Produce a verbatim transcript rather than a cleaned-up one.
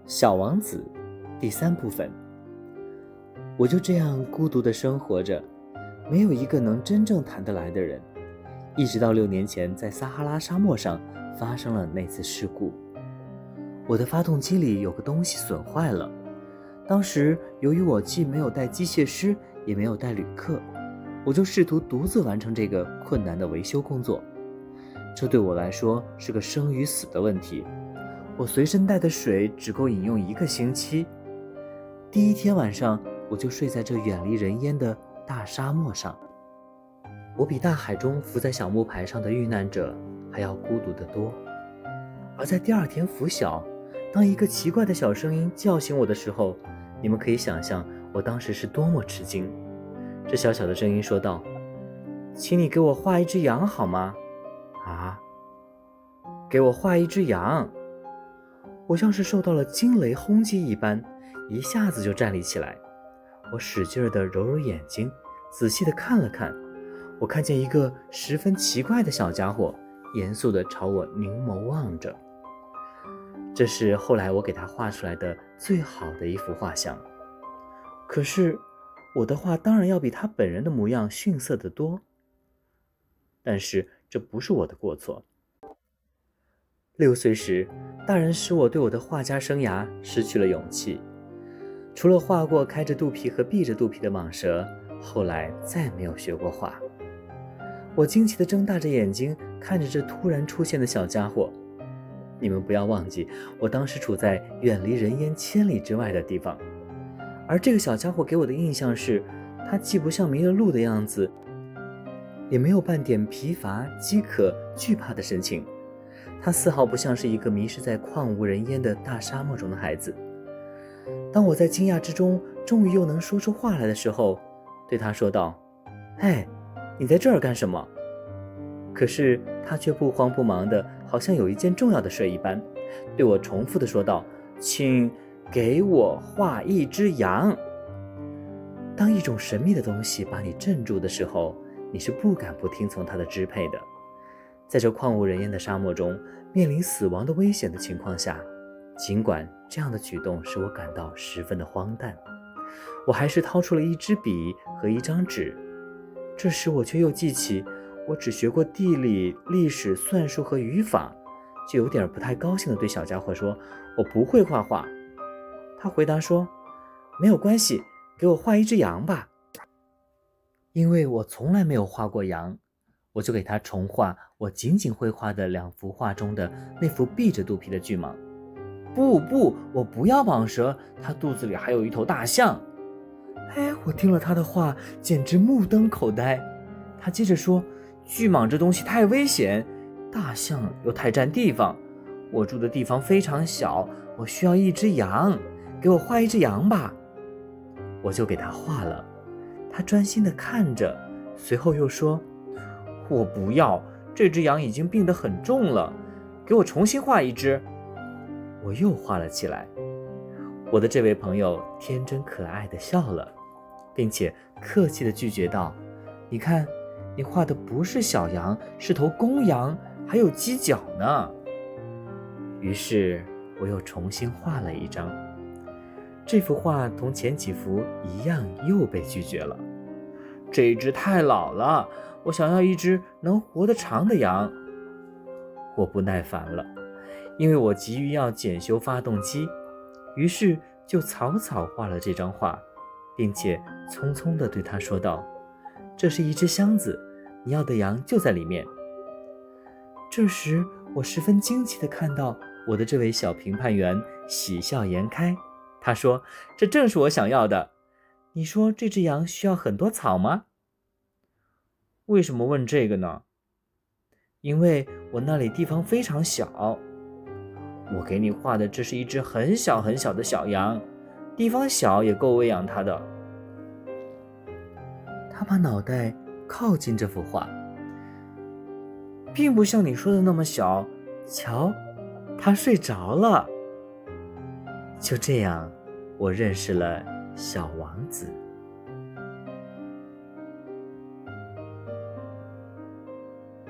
小王子第三部分。我就这样孤独地生活着，没有一个能真正谈得来的人，一直到六年前在撒哈拉沙漠上发生了那次事故。我的发动机里有个东西损坏了，当时由于我既没有带机械师，也没有带旅客，我就试图独自完成这个困难的维修工作。这对我来说是个生与死的问题，我随身带的水只够饮用一个星期。第一天晚上，我就睡在这远离人烟的大沙漠上。我比大海中浮在小木牌上的遇难者还要孤独得多。而在第二天拂晓，当一个奇怪的小声音叫醒我的时候，你们可以想象我当时是多么吃惊。这小小的声音说道：请你给我画一只羊好吗？啊，给我画一只羊。我像是受到了惊雷轰击一般，一下子就站立起来。我使劲地揉揉眼睛，仔细地看了看，我看见一个十分奇怪的小家伙，严肃地朝我凝眸望着。这是后来我给他画出来的最好的一幅画像。可是我的画当然要比他本人的模样逊色得多。但是这不是我的过错。六岁时，大人使我对我的画家生涯失去了勇气。除了画过开着肚皮和闭着肚皮的蟒蛇，后来再没有学过画。我惊奇地睁大着眼睛看着这突然出现的小家伙。你们不要忘记，我当时处在远离人烟千里之外的地方。而这个小家伙给我的印象是，他既不像迷了路的样子，也没有半点疲乏、饥渴、惧怕的神情。他丝毫不像是一个迷失在旷无人烟的大沙漠中的孩子。当我在惊讶之中终于又能说出话来的时候，对他说道：嘿，你在这儿干什么？可是他却不慌不忙的，好像有一件重要的事一般，对我重复的说道：请给我画一只羊。当一种神秘的东西把你镇住的时候，你是不敢不听从它的支配的。在这旷无人烟的沙漠中，面临死亡的危险的情况下，尽管这样的举动使我感到十分的荒诞，我还是掏出了一支笔和一张纸。这时我却又记起，我只学过地理、历史、算术和语法，就有点不太高兴地对小家伙说：我不会画画。他回答说：没有关系，给我画一只羊吧。因为我从来没有画过羊，我就给他重画我仅仅会画的两幅画中的那幅闭着肚皮的巨蟒。不不，我不要蟒蛇，它肚子里还有一头大象。哎，我听了他的话，简直目瞪口呆。他接着说：巨蟒这东西太危险，大象又太占地方，我住的地方非常小，我需要一只羊，给我画一只羊吧。我就给他画了。他专心地看着，随后又说：我不要，这只羊已经病得很重了，给我重新画一只。我又画了起来。我的这位朋友天真可爱地笑了，并且客气地拒绝道：你看，你画的不是小羊，是头公羊，还有犄角呢。于是我又重新画了一张。这幅画同前几幅一样，又被拒绝了。这一只太老了，我想要一只能活得长的羊。我不耐烦了，因为我急于要检修发动机，于是就草草画了这张画，并且匆匆地对他说道：这是一只箱子，你要的羊就在里面。这时我十分惊奇地看到我的这位小评判员喜笑颜开。他说：这正是我想要的。你说这只羊需要很多草吗？为什么问这个呢？因为我那里地方非常小。我给你画的这是一只很小很小的小羊，地方小也够喂养它的。他把脑袋靠近这幅画，并不像你说的那么小。瞧，他睡着了。就这样，我认识了小王子。